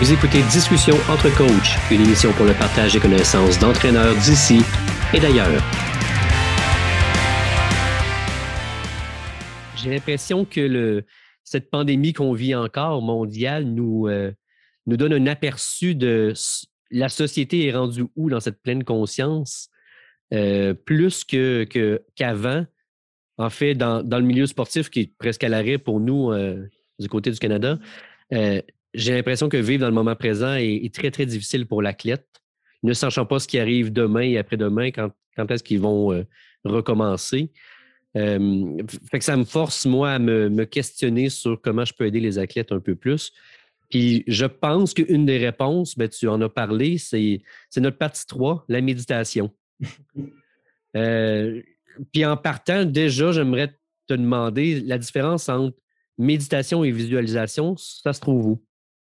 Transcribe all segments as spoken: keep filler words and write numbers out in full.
Vous écoutez Discussion entre coachs, une émission pour le partage des connaissances d'entraîneurs d'ici et d'ailleurs. J'ai l'impression que le, cette pandémie qu'on vit encore mondiale nous, euh, nous donne un aperçu de la société est rendue où dans cette pleine conscience, euh, plus que, que, qu'avant. En fait, dans, dans le milieu sportif qui est presque à l'arrêt pour nous euh, du côté du Canada, euh, j'ai l'impression que vivre dans le moment présent est, est très, très difficile pour l'athlète, ne sachant pas ce qui arrive demain et après-demain, quand, quand est-ce qu'ils vont euh, recommencer. Euh, fait que ça me force, moi, à me, me questionner sur comment je peux aider les athlètes un peu plus. Puis je pense qu'une des réponses, ben, tu en as parlé, c'est, c'est notre partie trois, la méditation. euh, puis en partant, déjà, j'aimerais te demander la différence entre méditation et visualisation, ça se trouve où?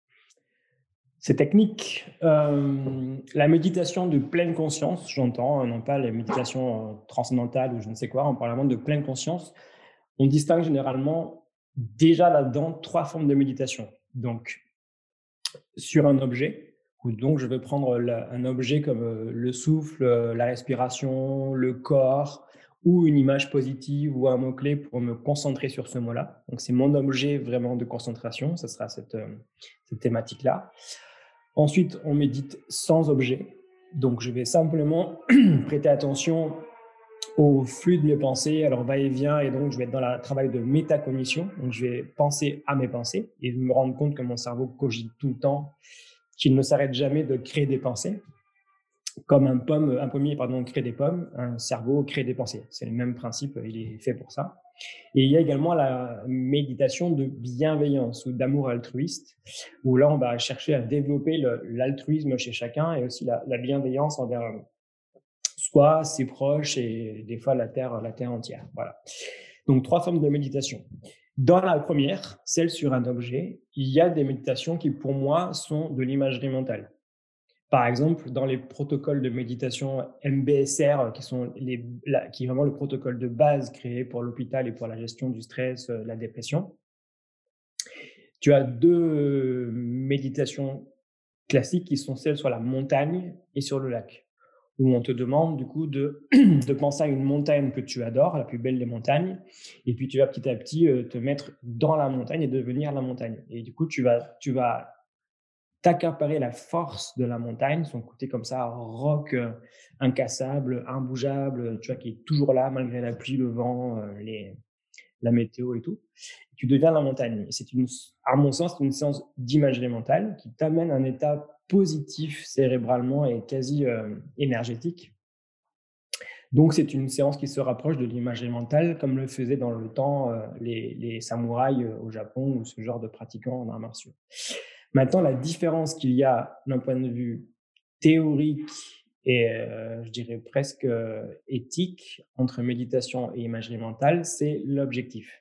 C'est technique. Euh, la méditation de pleine conscience, j'entends, non pas la méditation euh, transcendantale ou je ne sais quoi, on parle vraiment de pleine conscience. On distingue généralement déjà là-dedans trois formes de méditation. Donc, sur un objet, ou donc je vais prendre la, un objet comme euh, le souffle, euh, la respiration, le corps, ou une image positive ou un mot-clé pour me concentrer sur ce mot-là. Donc, c'est mon objet vraiment de concentration, ce sera cette, euh, cette thématique-là. Ensuite, on médite sans objet. Donc, je vais simplement prêter attention au flux de mes pensées, à leur va-et-vient, et donc je vais être dans le travail de métacognition. Donc, je vais penser à mes pensées et me rendre compte que mon cerveau cogite tout le temps, qu'il ne s'arrête jamais de créer des pensées. Comme un, pomme, un pommier pardon, crée des pommes, un cerveau crée des pensées. C'est le même principe, il est fait pour ça. Et il y a également la méditation de bienveillance ou d'amour altruiste, où là, on va chercher à développer le, l'altruisme chez chacun et aussi la, la bienveillance envers soi, ses proches et des fois la terre, la terre entière. Voilà. Donc, trois formes de méditation. Dans la première, celle sur un objet, il y a des méditations qui, pour moi, sont de l'imagerie mentale. Par exemple, dans les protocoles de méditation M B S R, qui, sont les, la, qui est vraiment le protocole de base créé pour l'hôpital et pour la gestion du stress, la dépression, tu as deux méditations classiques qui sont celles sur la montagne et sur le lac, où on te demande du coup de, de penser à une montagne que tu adores, la plus belle des montagnes, et puis tu vas petit à petit te mettre dans la montagne et devenir la montagne. Et du coup, tu vas... Tu vas t'accaparer la force de la montagne, son côté comme ça, roc euh, incassable, imbougeable, tu vois, qui est toujours là malgré la pluie, le vent, euh, les, la météo et tout. Et tu deviens la montagne. Et c'est une, à mon sens, c'est une séance d'imagerie mentale qui t'amène à un état positif cérébralement et quasi euh, énergétique. Donc, c'est une séance qui se rapproche de l'imagerie mentale, comme le faisaient dans le temps euh, les, les samouraïs euh, au Japon ou ce genre de pratiquants en arts martiaux. Maintenant, la différence qu'il y a d'un point de vue théorique et, euh, je dirais, presque euh, éthique entre méditation et imagerie mentale, c'est l'objectif.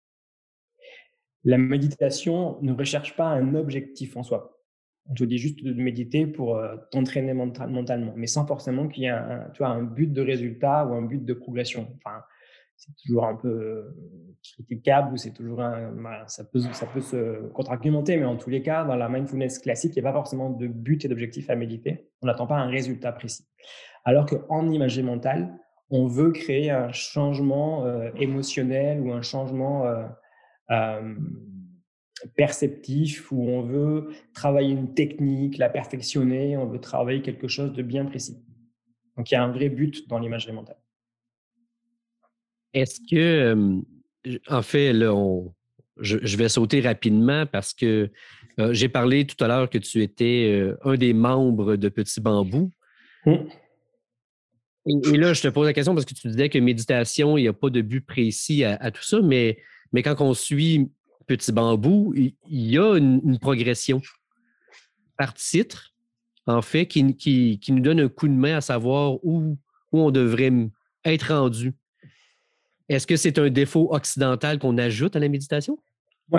La méditation ne recherche pas un objectif en soi. On te dit juste de méditer pour euh, t'entraîner mental, mentalement, mais sans forcément qu'il y ait un, tu vois, un but de résultat ou un but de progression. Enfin, c'est toujours un peu euh, critiquable ou c'est toujours un, bah, ça peut ça peut se contre-argumenter, mais en tous les cas, dans la mindfulness classique, il n'y a pas forcément de but et d'objectif à méditer. On n'attend pas un résultat précis. Alors qu'en imagerie mentale, on veut créer un changement euh, émotionnel ou un changement euh, euh, perceptif, où on veut travailler une technique, la perfectionner, on veut travailler quelque chose de bien précis. Donc, il y a un vrai but dans l'imagerie mentale. Est-ce que, euh, en fait, là, on, je, je vais sauter rapidement parce que euh, j'ai parlé tout à l'heure que tu étais euh, un des membres de Petit Bambou. Mmh. Et, et là, je te pose la question parce que tu disais que méditation, il n'y a pas de but précis à, à tout ça, mais, mais quand on suit Petit Bambou, il, il y a une, une progression par titre, en fait, qui, qui, qui nous donne un coup de main à savoir où, où on devrait être rendu. Est-ce que c'est un défaut occidental qu'on ajoute à la méditation? Ouais.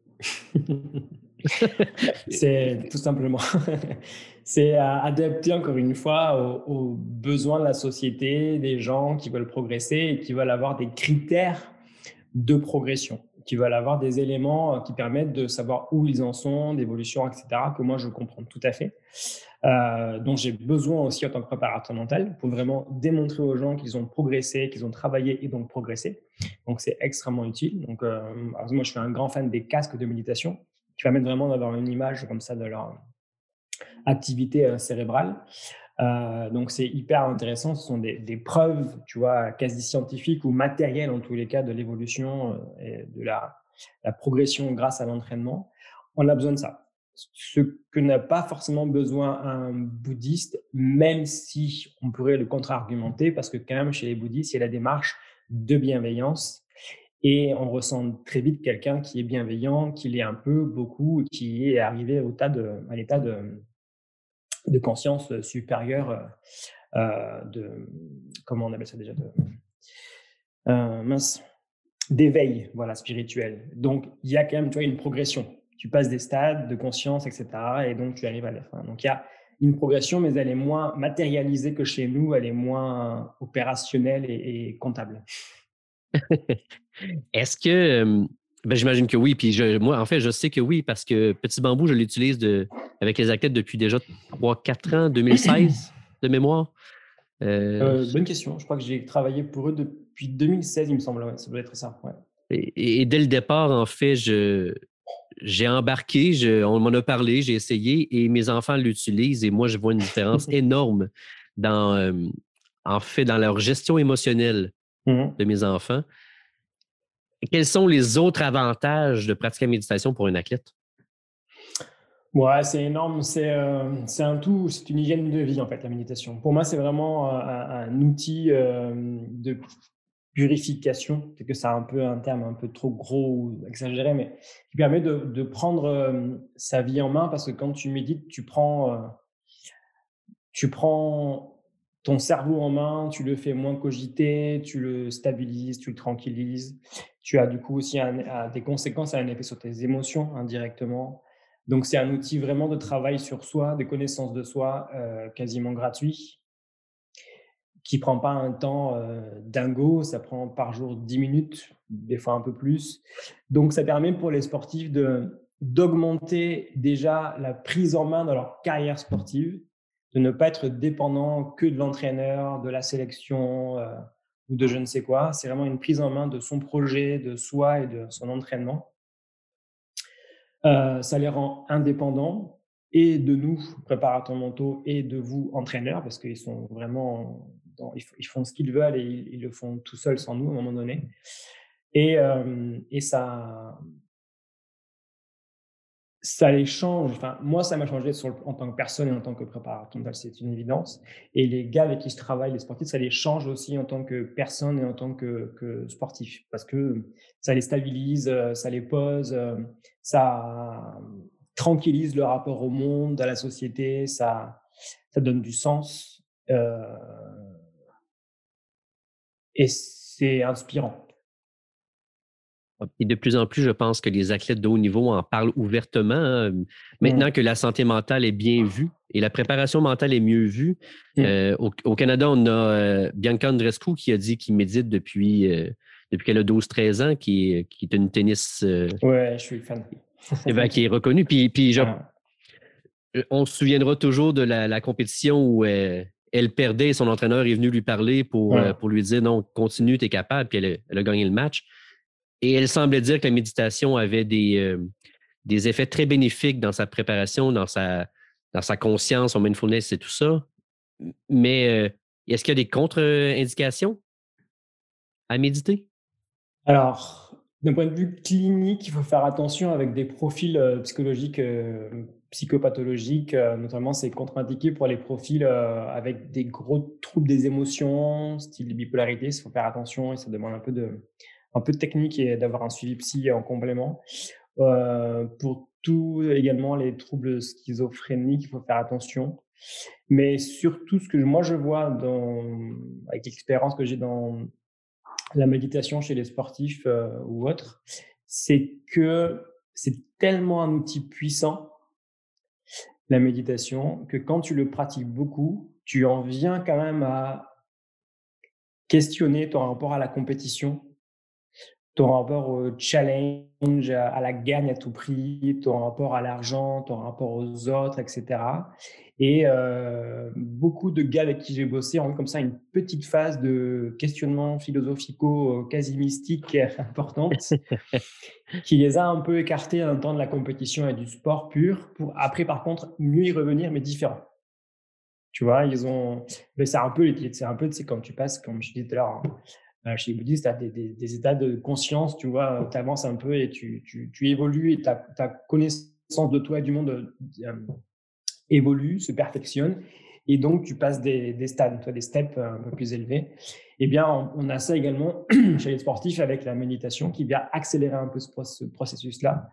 C'est tout simplement. C'est adapté encore une fois aux, aux besoins de la société, des gens qui veulent progresser et qui veulent avoir des critères de progression qui veulent avoir des éléments qui permettent de savoir où ils en sont, d'évolution, et cetera, que moi je comprends tout à fait. Euh, donc j'ai besoin aussi en tant que préparateur mental pour vraiment démontrer aux gens qu'ils ont progressé, qu'ils ont travaillé et donc progressé. Donc c'est extrêmement utile. Donc euh, moi je suis un grand fan des casques de méditation qui permettent vraiment d'avoir une image comme ça de leur activité euh, cérébrale. Euh, donc c'est hyper intéressant. Ce sont des, des preuves, tu vois, quasi scientifiques ou matérielles en tous les cas de l'évolution euh, et de la, la progression grâce à l'entraînement. On a besoin de ça. Ce que n'a pas forcément besoin un bouddhiste, même si on pourrait le contre-argumenter, parce que quand même chez les bouddhistes, il y a la démarche de bienveillance et on ressent très vite quelqu'un qui est bienveillant, qui l'est un peu, beaucoup, qui est arrivé au tas de, à l'état de, de conscience supérieure, euh, de, comment on appelle ça déjà, de, euh, mince, d'éveil, voilà, spirituel. Donc, il y a quand même, tu vois, une progression. Tu passes des stades de conscience, et cetera. Et donc, tu arrives à la fin. Donc, il y a une progression, mais elle est moins matérialisée que chez nous. Elle est moins opérationnelle et, et comptable. Est-ce que, euh, ben, j'imagine que oui, puis je, moi, en fait, je sais que oui, parce que Petit Bambou, je l'utilise de, avec les athlètes depuis déjà trois quatre ans, deux mille seize de mémoire. Euh, Euh, bonne question. Je crois que j'ai travaillé pour eux depuis deux mille seize, il me semble. Ouais, ça doit être ça. Ouais. et, et dès le départ, en fait, je, j'ai embarqué, je, on m'en a parlé, j'ai essayé et mes enfants l'utilisent et moi, je vois une différence énorme dans, euh, en fait, dans leur gestion émotionnelle Mhm. de mes enfants. Quels sont les autres avantages de pratiquer la méditation pour un athlète? Ouais, c'est énorme. C'est euh, c'est un tout. C'est une hygiène de vie, en fait, la méditation. Pour moi, c'est vraiment un, un outil euh, de purification. C'est que c'est un peu un terme un peu trop gros ou exagéré, mais qui permet de, de prendre euh, sa vie en main parce que quand tu médites, tu prends, euh, tu prends ton cerveau en main, tu le fais moins cogiter, tu le stabilises, tu le tranquillises. Tu as du coup aussi un, un, des conséquences, un effet sur tes émotions indirectement. Donc, c'est un outil vraiment de travail sur soi, de connaissance de soi, euh, quasiment gratuit, qui prend pas un temps euh, dingo. Ça prend par jour dix minutes, des fois un peu plus. Donc, ça permet pour les sportifs de, d'augmenter déjà la prise en main de leur carrière sportive, de ne pas être dépendant que de l'entraîneur, de la sélection euh, ou de je ne sais quoi. C'est vraiment une prise en main de son projet, de soi et de son entraînement. Euh, ça les rend indépendants et de nous, préparateurs mentaux, et de vous, entraîneurs, parce qu'ils sont vraiment, dans, ils font ce qu'ils veulent et ils, ils le font tout seuls sans nous à un moment donné. Et, euh, et ça, ça les change. Enfin, moi, ça m'a changé sur le, en tant que personne et en tant que préparateur mental, c'est une évidence. Et les gars avec qui je travaille, les sportifs, ça les change aussi en tant que personne et en tant que, que sportif, parce que ça les stabilise, ça les pose, ça tranquillise le rapport au monde, à la société, ça, ça donne du sens euh, et c'est inspirant. Et de plus en plus, je pense que les athlètes de haut niveau en parlent ouvertement. Hein. Maintenant Mmh. que la santé mentale est bien vue et la préparation mentale est mieux vue, Mmh. euh, au, au Canada, on a euh, Bianca Andreescu qui a dit qu'il médite depuis, euh, depuis qu'elle a douze treize ans, qui est, qui est une tennis euh, Ouais, je suis fan. qui est reconnue. Puis, puis je, Ah. on se souviendra toujours de la, la compétition où euh, elle perdait et son entraîneur est venu lui parler pour, euh, Mmh. pour lui dire non, continue, tu es capable, puis elle, a- elle a gagné le match. Et elle semblait dire que la méditation avait des, euh, des effets très bénéfiques dans sa préparation, dans sa, dans sa conscience, son mindfulness et tout ça. Mais euh, est-ce qu'il y a des contre-indications à méditer? Alors, d'un point de vue clinique, il faut faire attention avec des profils euh, psychologiques, euh, psychopathologiques. Euh, notamment, c'est contre-indiqué pour les profils euh, avec des gros troubles des émotions, style bipolarité. Il faut faire attention et ça demande un peu de, un peu de technique et d'avoir un suivi psy en complément. Euh, pour tout également les troubles schizophréniques, il faut faire attention. Mais surtout, ce que moi je vois dans, avec l'expérience que j'ai dans la méditation chez les sportifs euh, ou autres, c'est que c'est tellement un outil puissant, la méditation, que quand tu le pratiques beaucoup, tu en viens quand même à questionner ton rapport à la compétition, ton rapport au challenge, à à la gagne à tout prix, ton rapport à l'argent, ton rapport aux autres, et cetera. Et heu, beaucoup de gars avec qui j'ai bossé ont eu comme ça une petite phase de questionnement philosophico, heu, quasi mystique importante, qui les a un peu écartés un temps de la compétition et du sport pur pour après par contre mieux y revenir mais différent. Tu vois? Ils ont mais c'est un peu les c'est un peu, tu sais, quand tu passes, comme je disais tout à l'heure, hein, heu, chez les bouddhistes, tu as des des des états de conscience, tu vois? Tu avances un peu et tu tu tu évolues et ta ta connaissance de toi et du monde, heu, hem, évolue, se perfectionne et donc tu passes des des stades, tu vois? Des steps, heu, un peu plus élevés. Eh bien, on on a ça également chez les sportifs avec la méditation qui vient accélérer un peu ce proc ce processus-là.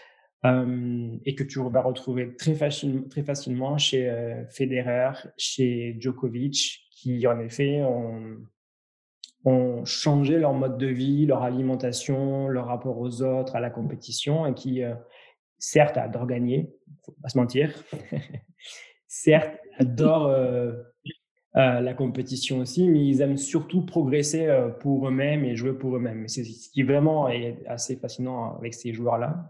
Hem et que tu vas retrouver très facile très facilement chez, heu, Federer, chez Djokovic qui en effet ont ont changé leur mode de vie, leur alimentation, leur rapport aux autres, à la compétition et qui, heu, certes adorent gagner, faut pas se mentir. Certes, adorent, heu heu, la compétition aussi, mais ils aiment surtout progresser, heu, pour eux-mêmes et jouer pour eux-mêmes. Et c'est ce qui vraiment est assez fascinant avec ces joueurs-là,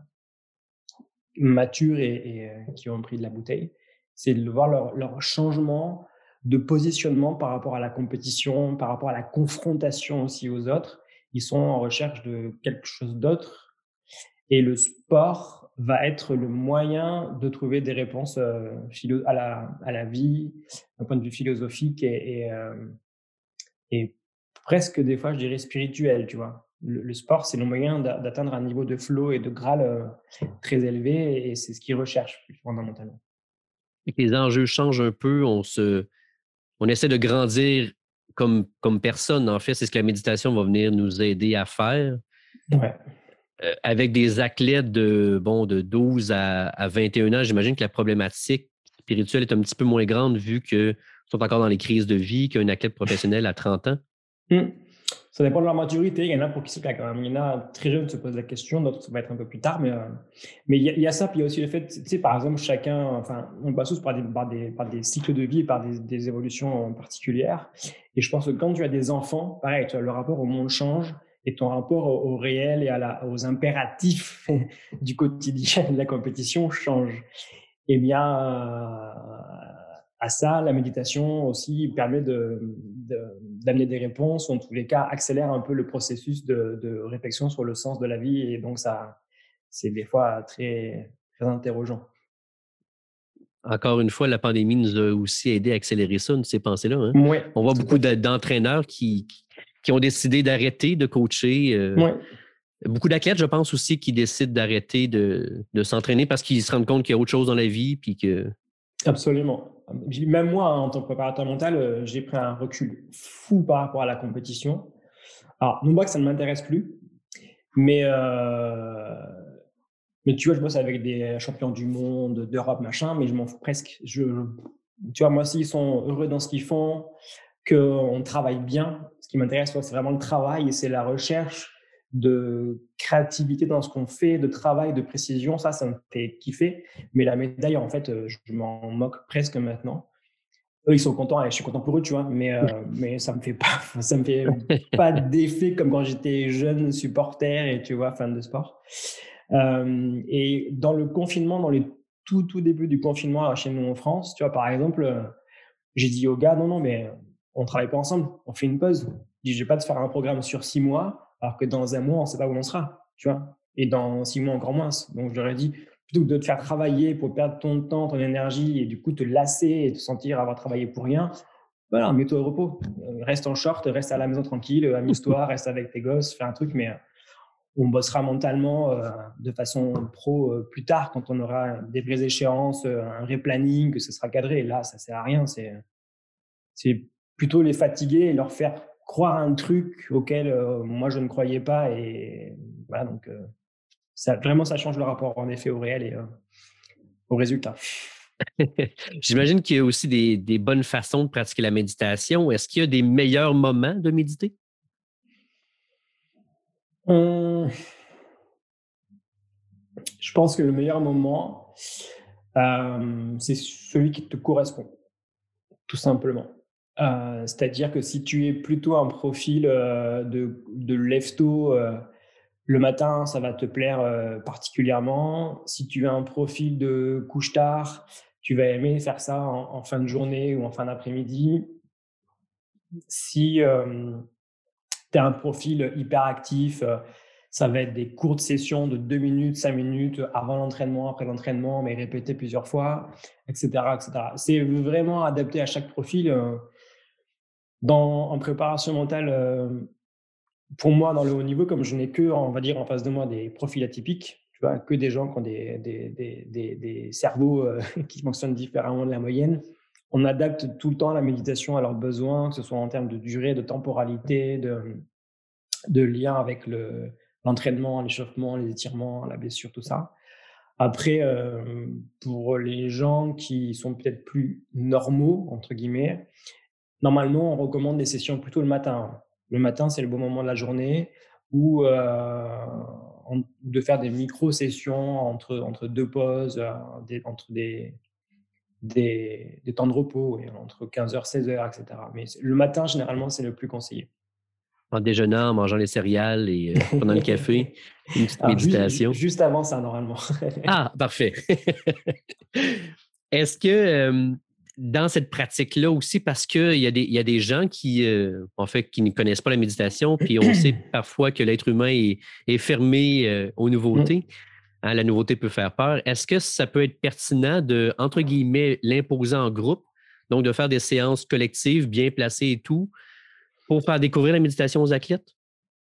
matures et et heu, qui ont pris de la bouteille, c'est de voir leur leur changement de positionnement par rapport à la compétition, par rapport à la confrontation aussi aux autres. Ils sont en recherche de quelque chose d'autre et le sport va être le moyen de trouver des réponses, heu, philo à la à la vie, d'un point de vue philosophique et et hem et presque des fois, je dirais spirituel, tu vois? Le le sport, c'est le moyen d'a d'atteindre un niveau de flow et de Graal, heu, très élevé et c'est ce qu'ils recherchent fondamentalement. Et que les enjeux changent un peu, on se on essaie de grandir comme comme personne, en fait, c'est ce que la méditation va venir nous aider à faire. Ouais. Heu, avec des athlètes de, bon, de douze à à vingt et un ans, j'imagine que la problématique spirituelle est un petit peu moins grande vu qu'ils sont encore dans les crises de vie qu'un athlète professionnel à trente ans. Mmh. Ça dépend de leur maturité. Il y en a pour qui c'est clair quand même. Il y en a très jeunes se posent la question, d'autres ça va être un peu plus tard, mais heu, mais il y a il y a ça, puis il y a aussi le fait, tu sais, par exemple, chacun, enfin, on passe tous par des par des par des cycles de vie et par des des évolutions particulières et je pense que quand tu as des enfants, pareil, tu vois, le rapport au monde change et ton rapport au au réel et à la aux impératifs du quotidien de la compétition change. Eh bien, à ça, la méditation aussi permet de, de, d'amener des réponses, ou en tous les cas, accélère un peu le processus de, de réflexion sur le sens de la vie. Et donc, ça, c'est des fois très, très interrogeant. Encore une fois, la pandémie nous a aussi aidé à accélérer ça, ces pensées-là, hein. Ouais, On voit tout beaucoup à de fait. d'entraîneurs qui qui qui ont décidé d'arrêter de coacher, heu, Ouais, beaucoup d'athlètes, je pense aussi, qui décident d'arrêter de de s'entraîner parce qu'ils se rendent compte qu'il y a autre chose dans la vie puis que absolument. Même moi, hein, en tant que préparateur mental, euh, j'ai pris un recul fou par rapport à la compétition. Alors, non pas que ça ne m'intéresse plus, mais euh, Mais tu vois, je bosse avec des champions du monde, d'Europe, machin, mais je m'en fous presque. Je, tu vois, moi, s'ils sont heureux dans ce qu'ils font, qu'on travaille bien, ce qui m'intéresse, moi, c'est vraiment le travail et c'est la recherche de créativité dans ce qu'on fait, de travail, de précision. Ça, ça me fait kiffer. Mais la médaille, en fait, euh, je m'en moque presque maintenant. Eux, ils sont contents et je suis content pour eux, tu vois, mais, euh, mais ça me fait pas, ça me fait pas d'effet comme quand j'étais jeune supporter et tu vois, fan de sport. Euh, et dans le confinement, dans les tout, tout début du confinement chez nous en France, tu vois, par exemple, euh, j'ai dit aux gars, non, non, mais on travaille pas ensemble, on fait une pause. Je dis, je vais pas te faire un programme sur six mois, alors que dans un mois, on sait pas où on sera, tu vois, et dans six mois encore moins. Donc, je leur ai dit, plutôt que de te faire travailler pour perdre ton temps, ton énergie, et du coup te lasser et te sentir avoir travaillé pour rien, voilà, mets-toi au repos. Euh, Reste en short, reste à la maison tranquille, amuse-toi, reste avec tes gosses, fais un truc, mais on bossera mentalement euh, de façon pro euh, plus tard quand on aura des vraies échéances, euh, un vrai planning, que ce sera cadré. Là, ça sert à rien. C'est, c'est plutôt les fatiguer et leur faire croire un truc auquel euh, moi je ne croyais pas. Et voilà, donc euh, ça, vraiment, ça change le rapport en effet au réel et euh, au résultat. j'imagine qu'il y a aussi des des bonnes façons de pratiquer la méditation. Est-ce qu'il y a des meilleurs moments de méditer? Hum, je pense que le meilleur moment, euh, c'est celui qui te correspond, tout simplement. Euh, c'est-à-dire que si tu es plutôt un profil euh, de, de lève-tôt, euh, le matin, ça va te plaire euh, particulièrement. Si tu as un profil de couche-tard, tu vas aimer faire ça en, en fin de journée ou en fin d'après-midi. Si euh, tu as un profil hyperactif, euh, ça va être des courtes sessions de deux minutes, cinq minutes avant l'entraînement, après l'entraînement, mais répétées plusieurs fois, et cetera, et cetera. C'est vraiment adapté à chaque profil. Euh, dans, en préparation mentale, euh, pour moi, dans le haut niveau, comme je n'ai que, on va dire, en face de moi des profils atypiques, tu vois, que des gens qui ont des, des, des, des, des cerveaux euh, qui fonctionnent différemment de la moyenne, on adapte tout le temps la méditation à leurs besoins, que ce soit en termes de durée, de temporalité, de, de lien avec le, l'entraînement, l'échauffement, les étirements, la blessure, tout ça. Après, euh, pour les gens qui sont peut-être plus normaux, entre guillemets, normalement, on recommande des sessions plutôt le matin. Le matin, c'est le bon moment de la journée où euh, on, de faire des micro-sessions entre, entre deux pauses, euh, des, entre des, des, des temps de repos, ouais, entre quinze heures, seize heures, et cetera. Mais le matin, généralement, c'est le plus conseillé. En déjeunant, en mangeant les céréales et euh, prenant le café, une petite Alors, ju- méditation. juste avant ça, normalement. Ah, parfait. Est-ce que euh, dans cette pratique-là aussi, parce qu'il y, a des- il y a des gens qui, euh, en fait, qui ne connaissent pas la méditation, puis on sait parfois que l'être humain est, est fermé euh, aux nouveautés. Hein, la nouveauté peut faire peur. Est-ce que ça peut être pertinent de, entre guillemets, l'imposer en groupe, donc de faire des séances collectives bien placées et tout, pour faire découvrir la méditation aux athlètes?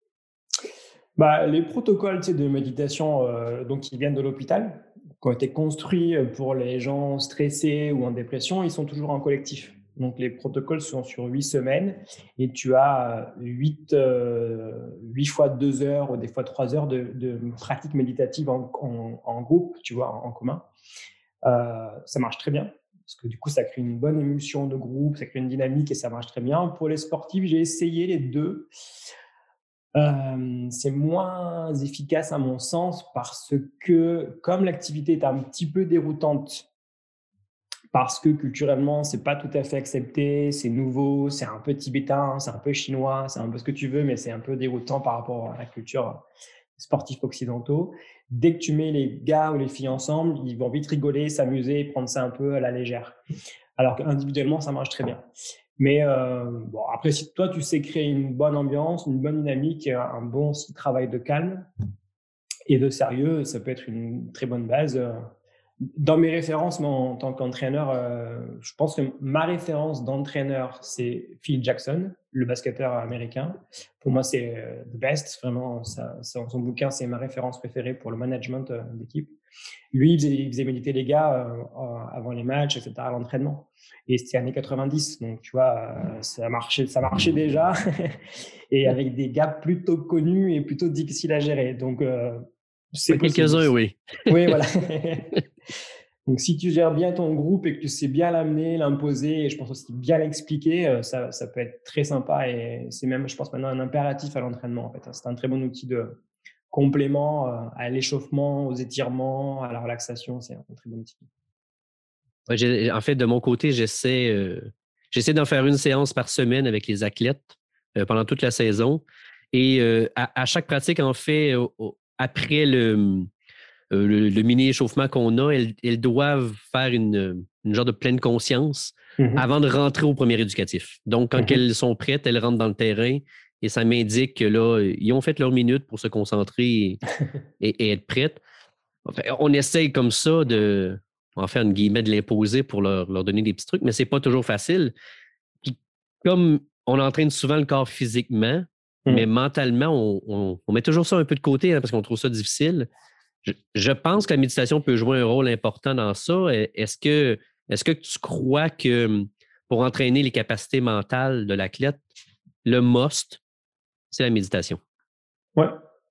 Bah, les protocoles, tu sais, de méditation euh, donc, qui viennent de l'hôpital, qui ont été construits pour les gens stressés ou en dépression, ils sont toujours en collectif. Donc, les protocoles sont sur huit semaines et tu as huit, euh, huit fois deux heures ou des fois trois heures de, de pratique méditative en, en, en groupe, tu vois, en, en commun. Euh, ça marche très bien parce que du coup, ça crée une bonne émulsion de groupe, ça crée une dynamique et ça marche très bien. Pour les sportifs, j'ai essayé les deux. Euh, c'est moins efficace à mon sens parce que comme l'activité est un petit peu déroutante, parce que culturellement, c'est pas tout à fait accepté, c'est nouveau, c'est un peu tibétain, c'est un peu chinois, c'est un peu ce que tu veux, mais c'est un peu déroutant par rapport à la culture sportifs occidentaux. Dès que tu mets les gars ou les filles ensemble, ils vont vite rigoler, s'amuser, prendre ça un peu à la légère. Alors qu'individuellement, ça marche très bien. Mais euh, bon, après, si toi, tu sais créer une bonne ambiance, une bonne dynamique, un bon aussi travail de calme et de sérieux, ça peut être une très bonne base. Dans mes références, moi, en tant qu'entraîneur, euh, je pense que ma référence d'entraîneur, c'est Phil Jackson, le basketteur américain. Pour moi, c'est euh, the best. Vraiment, ça, ça, son bouquin, c'est ma référence préférée pour le management euh, d'équipe. Lui, il faisait, il faisait méditer les gars euh, avant les matchs, et cetera, à l'entraînement. Et c'était années quatre-vingt-dix, donc tu vois, euh, ça marchait, ça marchait déjà, et avec des gars plutôt connus et plutôt difficiles à gérer. Donc, euh, c'est Ouais, possible. quelques-uns, oui. Oui, voilà. Donc, si tu gères bien ton groupe et que tu sais bien l'amener, l'imposer, et je pense aussi bien l'expliquer, euh, ça, ça peut être très sympa. Et c'est même, je pense, maintenant un impératif à l'entraînement. En fait, c'est un très bon outil de complément euh, à l'échauffement, aux étirements, à la relaxation. C'est un très bon outil. Ouais, j'ai- en fait, de mon côté, j'essaie, euh, j'essaie d'en faire une séance par semaine avec les athlètes euh, pendant toute la saison. Et euh, à, à chaque pratique, en fait, au- au- après le, euh, le, le mini-échauffement qu'on a, elles, elles doivent faire une, une genre de pleine conscience Mhm. avant de rentrer au premier éducatif. Donc, quand Mhm. elles sont prêtes, elles rentrent dans le terrain et ça m'indique que là, ils ont fait leur minute pour se concentrer et, et- et être prêtes. Enfin, on essaye comme ça de, en faire une guillemets, de l'imposer pour leur, leur donner des petits trucs, mais c'est pas toujours facile. Puis, comme on entraîne souvent le corps physiquement, mais Mhm. mentalement, on, on- on met toujours ça un peu de côté hein, parce qu'on trouve ça difficile. Je, je pense que la méditation peut jouer un rôle important dans ça. Est-ce que, est-ce que tu crois que pour entraîner les capacités mentales de l'athlète, le must, c'est la méditation? Ouais.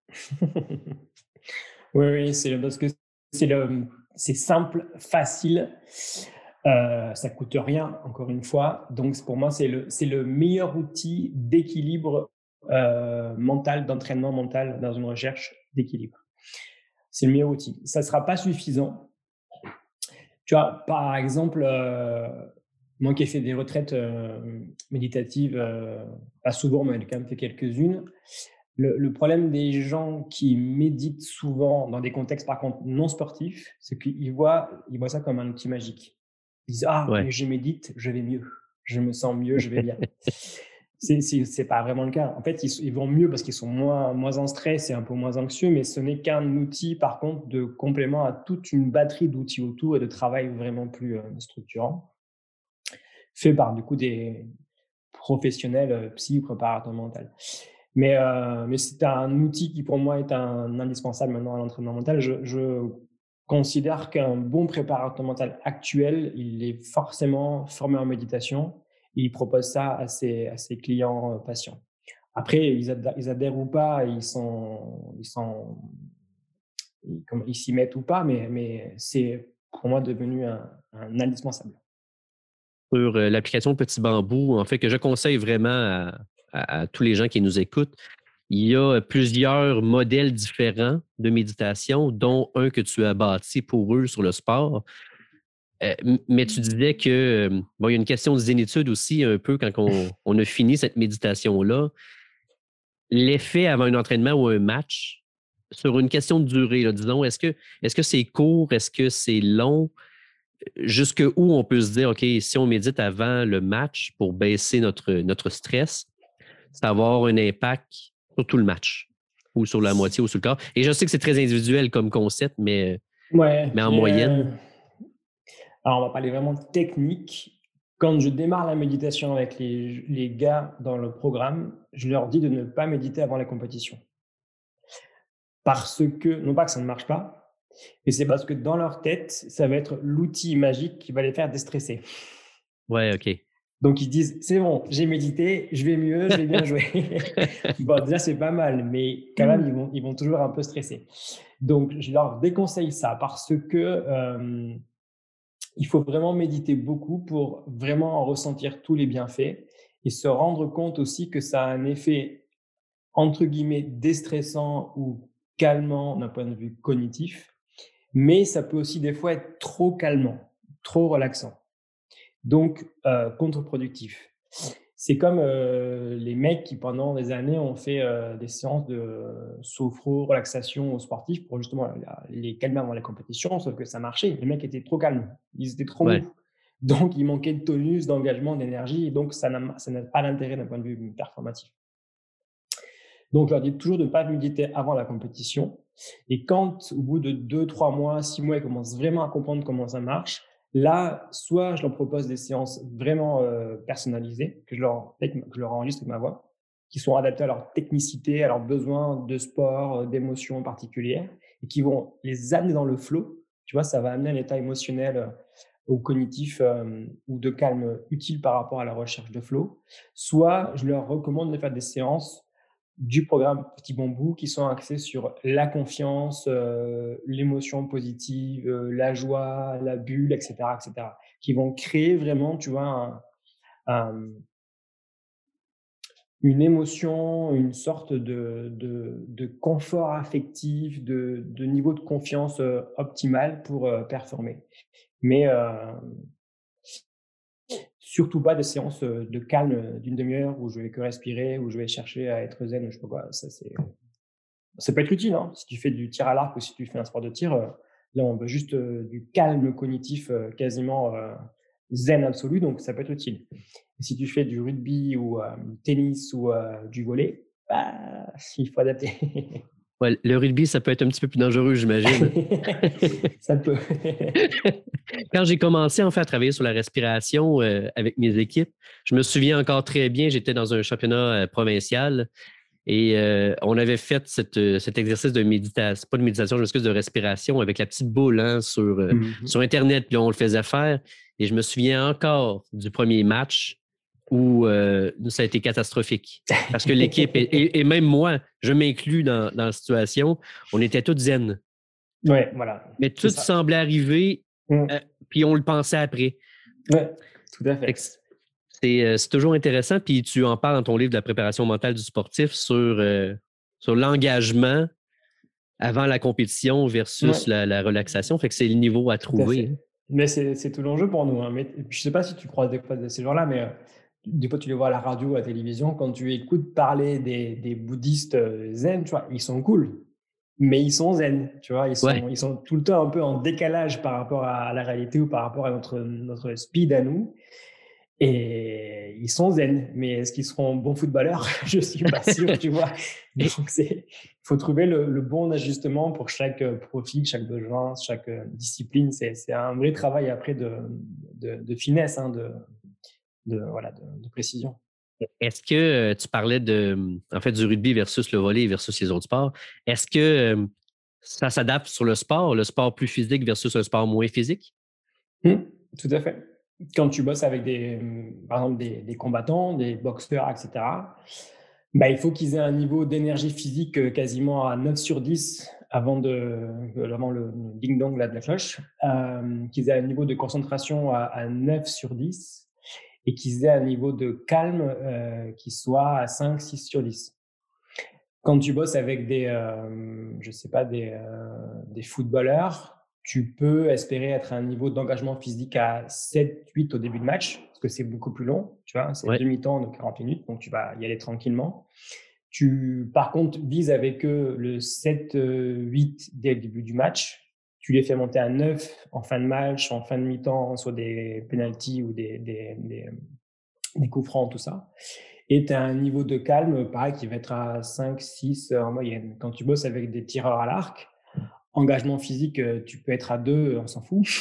Oui, oui, c'est parce que c'est le, c'est simple, facile, euh, ça coûte rien, encore une fois. Donc pour moi, c'est le, c'est le meilleur outil d'équilibre euh, mental, d'entraînement mental dans une recherche d'équilibre. C'est le meilleur outil. Ça ne sera pas suffisant. Tu vois, par exemple, euh, moi qui ai fait des retraites euh, méditatives, euh, pas souvent, mais j'ai quand même fait quelques-unes. Le, le problème des gens qui méditent souvent dans des contextes, par contre, non sportifs, c'est qu'ils voient, ils voient ça comme un outil magique. Ils disent: «Ah, Ouais. mais je médite, je vais mieux. Je me sens mieux, je vais bien». C'est c'est c'est pas vraiment le cas. En fait, ils ils vont mieux parce qu'ils sont moins moins en stress et un peu moins anxieux, mais ce n'est qu'un outil, par contre, de complément à toute une batterie d'outils autour et de travail vraiment plus, heu, structurant, fait par, du coup, des professionnels, heu, psy ou préparateurs mental. Mais, heu, mais c'est un outil qui, pour moi, est un indispensable maintenant à l'entraînement mental. Je je considère qu'un bon préparateur mental actuel, il est forcément formé en méditation et il propose ça à ses à ses clients, heu, patients. Après, ils ad ils adhèrent ou pas, ils sont ils sont ils comment ils s'y mettent ou pas, mais mais c'est pour moi devenu un un indispensable. Sur euh, l'application Petit Bambou, en fait, que je conseille vraiment à, à- à tous les gens qui nous écoutent. Il y a plusieurs modèles différents de méditation, dont un que tu as bâti pour eux sur le sport. Euh, m- mais tu disais que euh, bon, il y a une question de zénitude aussi, un peu quand on, on a fini cette méditation-là. L'effet avant un entraînement ou un match, sur une question de durée, là, disons, est-ce que est-ce que c'est court, est-ce que c'est long? Jusque où on peut se dire, OK, si on médite avant le match pour baisser notre, notre stress, ça va avoir un impact sur tout le match ou sur la moitié ou sur le corps. Et je sais que c'est très individuel comme concept, mais, Ouais, mais en mais, heu, moyenne, alors on va parler vraiment technique. Quand je démarre la méditation avec les les gars dans le programme, je leur dis de ne pas méditer avant la compétition. Parce que non pas que ça ne marche pas, mais c'est parce que dans leur tête, ça va être l'outil magique qui va les faire déstresser. ouais, OK. Donc ils se disent: «C'est bon, j'ai médité, je vais mieux, je vais bien jouer». Bon, déjà, c'est pas mal, mais quand même, ils vont ils vont toujours un peu stresser. Donc je leur déconseille ça parce que, hem, il faut vraiment méditer beaucoup pour vraiment en ressentir tous les bienfaits et se rendre compte aussi que ça a un effet, entre guillemets, «déstressant» ou calmant d'un point de vue cognitif, mais ça peut aussi des fois être trop calmant, trop relaxant, donc heu, contre-productif. C'est comme, heu, les mecs qui pendant des années ont fait, heu, des séances de sophro, relaxation aux sportifs pour justement la les calmer avant les compétitions, sauf que ça marchait. Les mecs étaient trop calmes, ils étaient trop Ouais. mous. Donc il manquait de tonus, d'engagement, d'énergie et donc ça n'a ça n'a pas d'intérêt d'un point de vue performatif. Donc je leur dis toujours de ne pas méditer avant la compétition et quand au bout de deux, trois mois, six mois, ils commencent vraiment à comprendre comment ça marche, là, soit je leur propose des séances vraiment, heu, personnalisées que je leur que je leur enregistre avec ma voix, qui sont adaptées à leur technicité, à leurs besoins de sport, heu, d'émotions particulières et qui vont les amener dans le flow. Tu vois? Ça va amener un état émotionnel, heu, ou cognitif, hem, ou de calme utile par rapport à la recherche de flow. Soit je leur recommande de faire des séances du programme Petit Bambou qui sont axés sur la confiance, heu, l'émotion positive, heu, la joie, la bulle, et cetera, et cetera. Qui vont créer vraiment, tu vois, un un une émotion, une sorte de de de confort affectif, de de niveau de confiance, heu, optimal pour, heu, performer. Mais, heu, surtout pas de séances, heu, de calme, heu, d'une demi heure où je vais que respirer, où je vais chercher à être zen, je sais pas quoi. Ça c'est Ça peut être utile, hein, si tu fais du tir à l'arc ou si tu fais un sport de tir, heu, là, on veut juste, heu, du calme cognitif, heu, quasiment, heu, zen absolu, donc ça peut être utile. Et si tu fais du rugby ou, hem, tennis ou, heu, du volley, bah, il faut adapter. Ouais, le rugby, ça peut être un petit peu plus dangereux, j'imagine. Ça peut. Quand j'ai commencé en fait à travailler sur la respiration euh, avec mes équipes, je me souviens encore très bien, j'étais dans un championnat euh, provincial et euh, on avait fait cette, euh, cet exercice de méditation, pas de méditation, je m'excuse, de respiration avec la petite boule hein, sur, euh, Mmh mh. sur Internet, puis on le faisait faire. Et je me souviens encore du premier match où euh, ça a été catastrophique. Parce que l'équipe, et, et, et même moi, je m'inclus dans, dans la situation, on était tous zen. Ouais, voilà, Mais c'est tout ça. semblait arriver, Mmh. euh, puis on le pensait après. Ouais, tout à Fait que fait. C'est, euh, c'est toujours intéressant. Puis tu en parles dans ton livre de la préparation mentale du sportif sur, euh, sur l'engagement avant la compétition versus Ouais, la, la relaxation. Fait que c'est le niveau à tout à trouver. fait. Mais c'est c'est tout l'enjeu pour nous, hein. Mais je sais pas si tu croises des fois de ces gens-là, mais, heu des fois, tu les vois à la radio, à la télévision, quand tu écoutes parler des, des bouddhistes euh, zen, tu vois, ils sont cool, mais ils sont zen, tu vois, ils Ouais, sont, ils sont tout le temps un peu en décalage par rapport à la réalité ou par rapport à notre, notre speed à nous. Et ils sont zen, mais est-ce qu'ils seront bons footballeurs? Je suis pas sûr, tu vois. Donc, c'est, il faut trouver le, le bon ajustement pour chaque euh, profil, chaque besoin, chaque euh, discipline. C'est, c'est un vrai travail après de, de, de finesse, hein, de, de, voilà, de, de précision. est-ce que euh, tu parlais de, hum, en fait, du rugby versus le volley versus les autres sports? Est-ce que euh, ça s'adapte sur le sport, le sport plus physique versus un sport moins physique? Mmh, tout à fait. Quand tu bosses avec des, mmh, par exemple des, des combattants, des boxeurs, et cetera, bah, il faut qu'ils aient un niveau d'énergie physique euh, quasiment à neuf sur dix avant, de, avant le ding-dong là, de la cloche, euh, qu'ils aient un niveau de concentration à, à neuf sur dix et qu'ils aient un niveau de calme euh, qui soit à cinq six sur dix. Quand tu bosses avec des, euh, je sais pas, des, euh, des footballeurs, tu peux espérer être à un niveau d'engagement physique à sept huit au début de match, parce que c'est beaucoup plus long, tu vois, c'est Ouais. demi-temps de quarante minutes, donc tu vas y aller tranquillement. Tu, par contre, vises avec eux le sept huit dès le début du match. Tu les fais monter à neuf en fin de match, en fin de mi-temps, soit des pénaltys ou des, des, des, des coups francs, tout ça. Et tu as un niveau de calme, pareil, qui va être à cinq six en moyenne. Quand tu bosses avec des tireurs à l'arc, engagement physique, euh, tu peux être à deux, on s'en fout.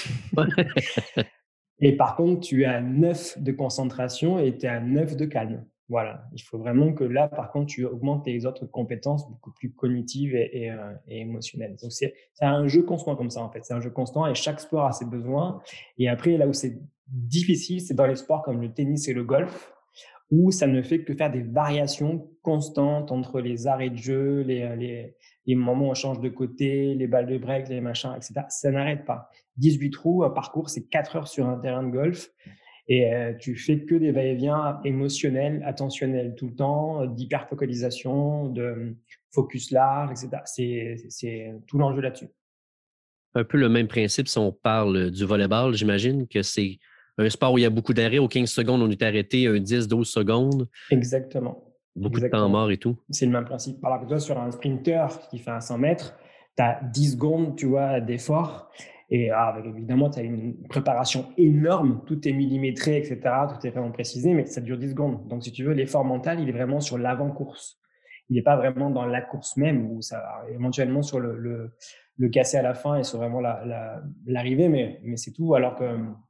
Et par contre, tu es à neuf de concentration et tu es à neuf de calme. Voilà. Il faut vraiment que là, par contre, tu augmentes tes autres compétences beaucoup plus cognitives et, et, euh, et émotionnelles. Donc, c'est, c'est un jeu constant comme ça, en fait. C'est un jeu constant et chaque sport a ses besoins. Et après, là où c'est difficile, c'est dans les sports comme le tennis et le golf, où ça ne fait que faire des variations constantes entre les arrêts de jeu, les, les, les moments où on change de côté, les balles de break, les machins, et cetera. Ça n'arrête pas. dix-huit trous, un parcours, c'est quatre heures sur un terrain de golf. Et euh, tu fais que des va-et-vient émotionnels, attentionnels tout le temps, d'hyperfocalisation, de focus large, et cetera. C'est, c'est tout l'enjeu là-dessus. Un peu le même principe si on parle du volleyball. J'imagine que c'est un sport où il y a beaucoup d'arrêts. Aux quinze secondes, on est arrêté, un dix douze secondes, Exactement. beaucoup de temps Exactement. mort et tout. C'est le même principe. Alors que toi, sur un sprinter qui fait un cent mètres, tu as dix secondes, tu vois, d'effort. Et ah, avec, évidemment, tu as une préparation énorme. Tout est millimétré, et cetera. Tout est vraiment précisé, mais ça dure dix secondes. Donc, si tu veux, l'effort mental, il est vraiment sur l'avant-course. Il n'est pas vraiment dans la course même, où ça va éventuellement sur le, le, le casser à la fin et sur vraiment la, la, l'arrivée, mais, mais c'est tout. Alors que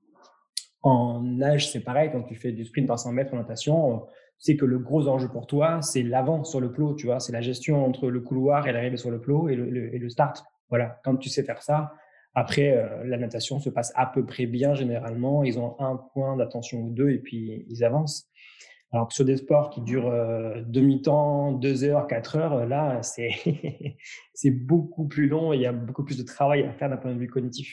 en nage, c'est pareil, quand tu fais du sprint en cent mètres en natation, c'est que le gros enjeu pour toi, c'est l'avant sur le plot, tu vois, c'est la gestion entre le couloir et l'arrivée sur le plot et le, le, et le start. Voilà, quand tu sais faire ça, après, euh, la natation se passe à peu près bien généralement. Ils ont un point d'attention ou deux et puis ils avancent. Alors que sur des sports qui durent euh, demi-temps, deux heures, quatre heures, là, c'est c'est beaucoup plus long et il y a beaucoup plus de travail à faire d'un point de vue cognitif.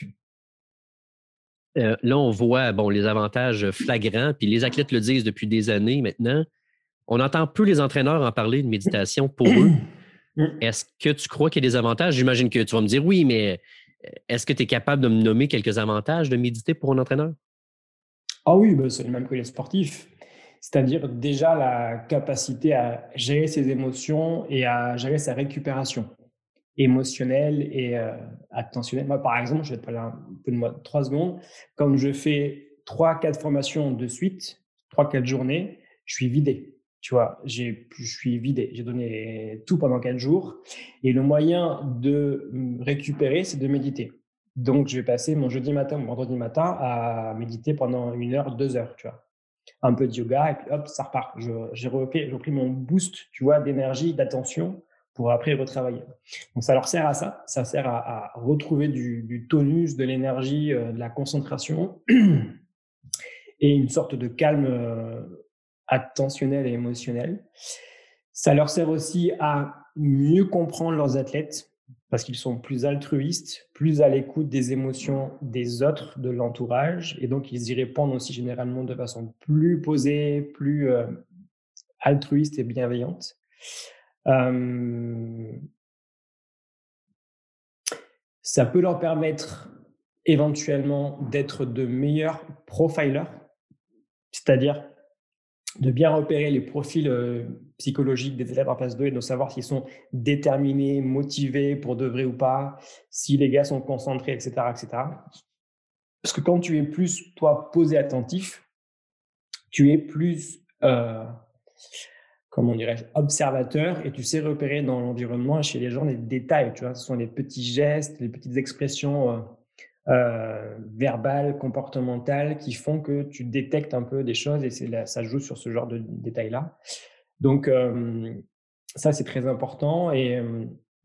Euh, là, on voit bon, les avantages flagrants, puis les athlètes le disent depuis des années maintenant. On entend peu les entraîneurs en parler de méditation pour eux. Est-ce que tu crois qu'il y a des avantages? J'imagine que tu vas me dire oui, mais est-ce que tu es capable de me nommer quelques avantages de méditer pour un entraîneur? Ah oui, bah, c'est le même que les sportifs. C'est-à-dire déjà la capacité à gérer ses émotions et à gérer sa récupération émotionnelle et euh, attentionnelle. Moi, par exemple, je vais te parler un peu de moi trois secondes. Comme je fais trois, quatre formations de suite, trois, quatre journées, je suis vidé. Tu vois, j'ai, je suis vidé. J'ai donné tout pendant quatre jours. Et le moyen de me récupérer, c'est de méditer. Donc, je vais passer mon jeudi matin, mon vendredi matin à méditer pendant une heure, deux heures, tu vois. Un peu de yoga et puis hop, ça repart. Je, j'ai repris, j'ai repris mon boost, tu vois, d'énergie, d'attention pour après retravailler. Donc, ça leur sert à ça. Ça sert à, à retrouver du, du tonus, de l'énergie, euh, de la concentration et une sorte de calme euh, attentionnel et émotionnel. Ça leur sert aussi à mieux comprendre leurs athlètes parce qu'ils sont plus altruistes, plus à l'écoute des émotions des autres, de l'entourage, et donc ils y répondent aussi généralement de façon plus posée, plus euh, altruiste et bienveillante. Euh, ça peut leur permettre éventuellement d'être de meilleurs profilers, c'est-à-dire de bien repérer les profils euh, psychologiques des élèves en phase deux et de savoir s'ils sont déterminés, motivés pour de vrai ou pas, si les gars sont concentrés, et cetera, et cetera. Parce que quand tu es plus, toi, posé attentif, tu es plus, euh, comment dirais-je, observateur et tu sais repérer dans l'environnement et chez les gens les détails, tu vois, ce sont les petits gestes, les petites expressions euh, euh, verbales, comportementales qui font que tu détectes un peu des choses et c'est là, ça joue sur ce genre de détails-là. Donc, euh, ça, c'est très important. Et, euh,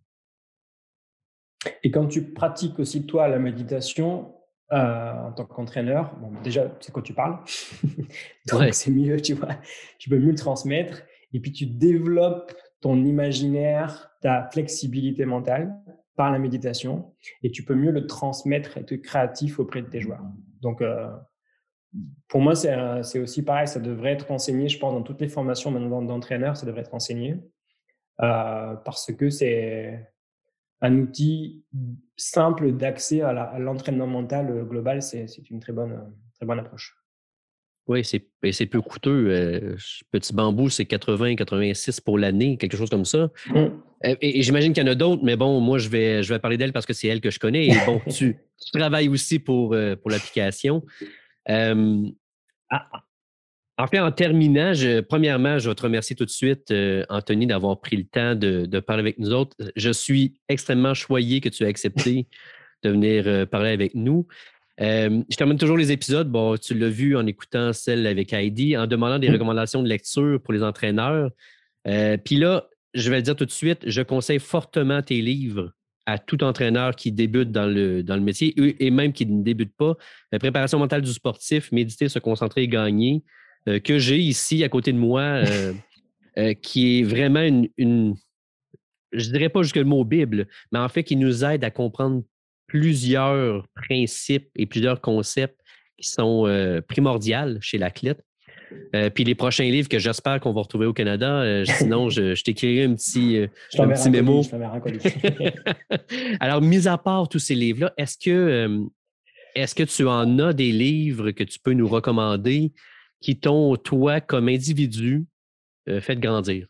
et quand tu pratiques aussi, toi, la méditation euh, en tant qu'entraîneur, bon, déjà, c'est quoi tu parles. Donc, Ouais. c'est mieux, tu vois, tu peux mieux le transmettre. Et puis, tu développes ton imaginaire, ta flexibilité mentale par la méditation et tu peux mieux le transmettre et être créatif auprès de tes joueurs. Donc, euh, pour moi, c'est, euh, c'est aussi pareil, ça devrait être enseigné, je pense, dans toutes les formations maintenant d'entraîneurs, ça devrait être enseigné euh, parce que c'est un outil simple d'accès à, la, à l'entraînement mental global, c'est, c'est une très bonne, très bonne approche. Oui, c'est, et c'est peu coûteux. Euh, Petit Bambou, c'est quatre-vingts quatre-vingt-six pour l'année, quelque chose comme ça. Mm. Euh, Et, et j'imagine qu'il y en a d'autres, mais bon, moi, je vais, je vais parler d'elle parce que c'est elle que je connais. Et bon, tu, tu travailles aussi pour, euh, pour l'application. Euh, ah, En fait, en terminant, je, premièrement, je vais te remercier tout de suite, euh, Anthony, d'avoir pris le temps de, de parler avec nous autres. Je suis extrêmement choyé que tu aies accepté de venir euh, parler avec nous. Euh, je termine toujours les épisodes. Bon, tu l'as vu en écoutant celle avec Heidi, en demandant des Mm. recommandations de lecture pour les entraîneurs. Euh, Puis là, je vais le dire tout de suite, je conseille fortement tes livres à tout entraîneur qui débute dans le, dans le métier et même qui ne débute pas. La préparation mentale du sportif, méditer, se concentrer et gagner, euh, que j'ai ici à côté de moi, euh, euh, qui est vraiment une, une, je dirais pas jusque le mot Bible, mais en fait qui nous aide à comprendre plusieurs principes et plusieurs concepts qui sont euh, primordiaux chez l'athlète. Euh, puis les prochains livres que j'espère qu'on va retrouver au Canada, euh, sinon je, je t'écrirai un petit, euh, Je un t'enverrai petit un colis, mémo. je t'enverrai un colis. Alors, mis à part tous ces livres-là, est-ce que, euh, est-ce que tu en as des livres que tu peux nous recommander qui t'ont, toi, comme individu, euh, fait grandir?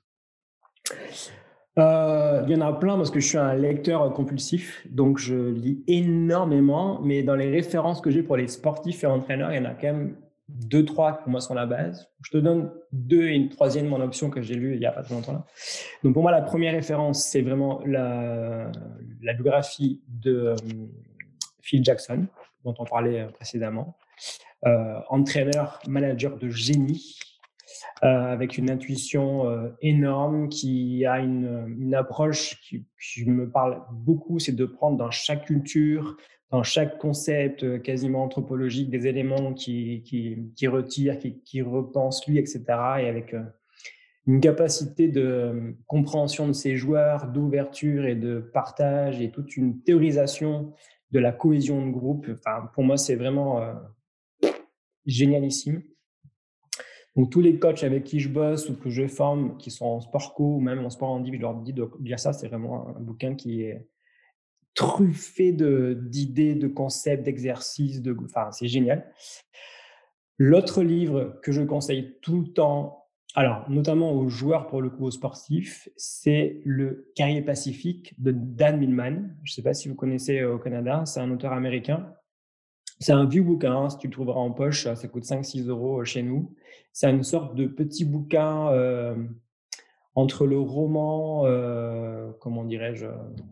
Euh, il y en a plein parce que je suis un lecteur compulsif, donc je lis énormément, mais dans les références que j'ai pour les sportifs et entraîneurs, il y en a quand même deux, trois qui pour moi sont la base. Je te donne deux et une troisième en option que j'ai lu il n'y a pas très longtemps là. Donc pour moi, la première référence, c'est vraiment la, la biographie de euh, Phil Jackson, dont on parlait précédemment. Euh, entraîneur, manager de génie, euh, avec une intuition euh, énorme, qui a une, une approche qui, qui me parle beaucoup, c'est de prendre dans chaque culture, dans chaque concept euh, quasiment anthropologique, des éléments qui, qui, qui retire, qui, qui repense lui, et cetera. Et avec euh, une capacité de euh, compréhension de ses joueurs, d'ouverture et de partage, et toute une théorisation de la cohésion de groupe. Enfin, pour moi, c'est vraiment euh, génialissime. Donc, tous les coachs avec qui je bosse ou que je forme, qui sont en sport co ou même en sport handi, je leur dis de lire ça. C'est vraiment un bouquin qui est truffé de, d'idées, de concepts, d'exercices. De, enfin, c'est génial. L'autre livre que je conseille tout le temps, alors notamment aux joueurs, pour le coup aux sportifs, c'est Le Guerrier Pacifique de Dan Millman. Je ne sais pas si vous connaissez au Canada, c'est un auteur américain. C'est un vieux bouquin, hein, si tu le trouveras en poche, ça coûte cinq six euros chez nous. C'est une sorte de petit bouquin euh, entre le roman, euh, comment dirais-je,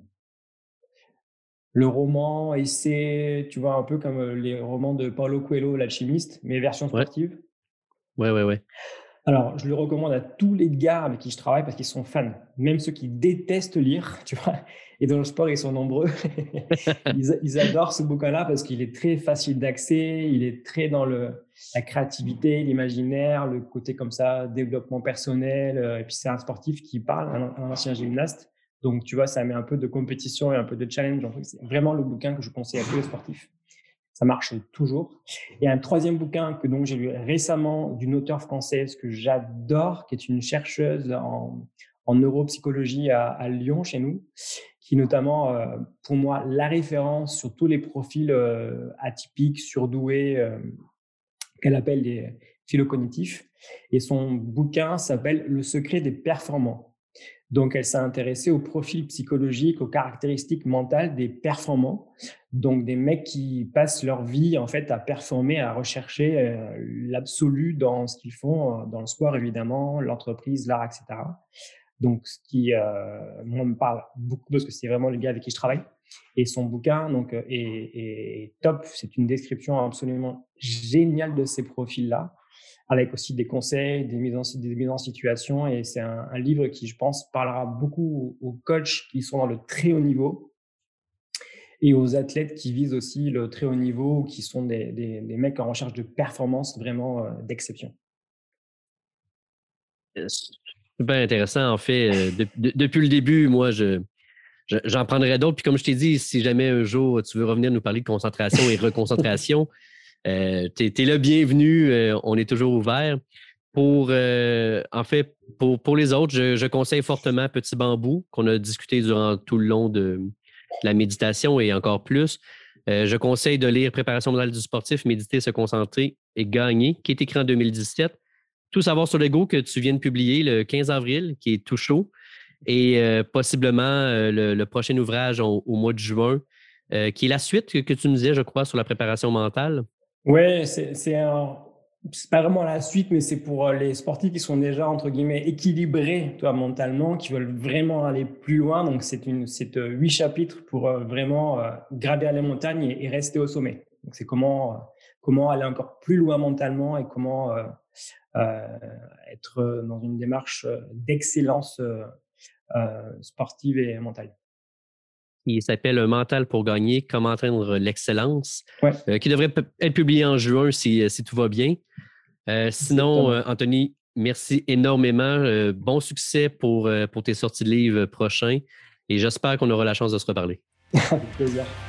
le roman, essai, tu vois, un peu comme les romans de Paulo Coelho, l'alchimiste, mais version Ouais, sportive. ouais, ouais, ouais. Alors, je le recommande à tous les gars avec qui je travaille parce qu'ils sont fans, même ceux qui détestent lire, tu vois. Et dans le sport, ils sont nombreux. ils, ils adorent ce bouquin-là parce qu'il est très facile d'accès, il est très dans le, la créativité, l'imaginaire, le côté comme ça, développement personnel. Et puis, c'est un sportif qui parle, un, un ancien gymnaste. Donc, tu vois, ça met un peu de compétition et un peu de challenge. Donc, c'est vraiment le bouquin que je conseille à tous les sportifs. Ça marche toujours. Et un troisième bouquin que donc j'ai lu récemment d'une auteure française que j'adore, qui est une chercheuse en, en neuropsychologie à, à Lyon, chez nous, qui est notamment, euh, pour moi, la référence sur tous les profils euh, atypiques, surdoués, euh, qu'elle appelle les phylocognitif. Et son bouquin s'appelle « Le secret des performants ». Donc, elle s'est intéressée au profil psychologique, aux caractéristiques mentales des performants. Donc, des mecs qui passent leur vie en fait à performer, à rechercher euh, l'absolu dans ce qu'ils font, euh, dans le sport évidemment, l'entreprise, l'art, et cetera. Donc, ce qui euh, moi me parle beaucoup parce que c'est vraiment le gars avec qui je travaille. Et son bouquin donc est, est top. C'est une description absolument géniale de ces profils-là, avec aussi des conseils, des mises en, des mises en situation. Et c'est un, un livre qui, je pense, parlera beaucoup aux coachs qui sont dans le très haut niveau et aux athlètes qui visent aussi le très haut niveau ou qui sont des, des, des mecs en recherche de performance vraiment euh, d'exception. Super intéressant. En fait, euh, de, de, depuis le début, moi, je, je, j'en prendrais d'autres. Puis comme je t'ai dit, si jamais un jour tu veux revenir nous parler de concentration et reconcentration, euh, tu es le bienvenu. Euh, on est toujours ouvert. Pour, euh, en fait, pour, pour les autres, je, je conseille fortement Petit Bambou, qu'on a discuté durant tout le long de la méditation et encore plus. Euh, je conseille de lire Préparation mentale du sportif, Méditer, se concentrer et gagner, qui est écrit en deux mille dix-sept. Tout savoir sur l'ego que tu viens de publier le quinze avril, qui est tout chaud, et euh, possiblement euh, le, le prochain ouvrage au, au mois de juin, euh, qui est la suite que, que tu me disais, je crois, sur la préparation mentale. Oui, c'est, c'est un... c'est pas vraiment la suite, mais c'est pour les sportifs qui sont déjà, entre guillemets, équilibrés, toi, mentalement, qui veulent vraiment aller plus loin. Donc, c'est une, c'est huit chapitres pour euh, vraiment euh, gravir les montagnes et, et rester au sommet. Donc, c'est comment, euh, comment aller encore plus loin mentalement et comment euh, euh, être dans une démarche d'excellence euh, euh, sportive et mentale. Il s'appelle Un mental pour gagner, comment atteindre l'excellence, Ouais. euh, qui devrait être publié en juin si, si tout va bien. Euh, sinon, euh, Anthony, merci énormément. Euh, bon succès pour, euh, pour tes sorties de livres prochains et j'espère qu'on aura la chance de se reparler. Avec plaisir.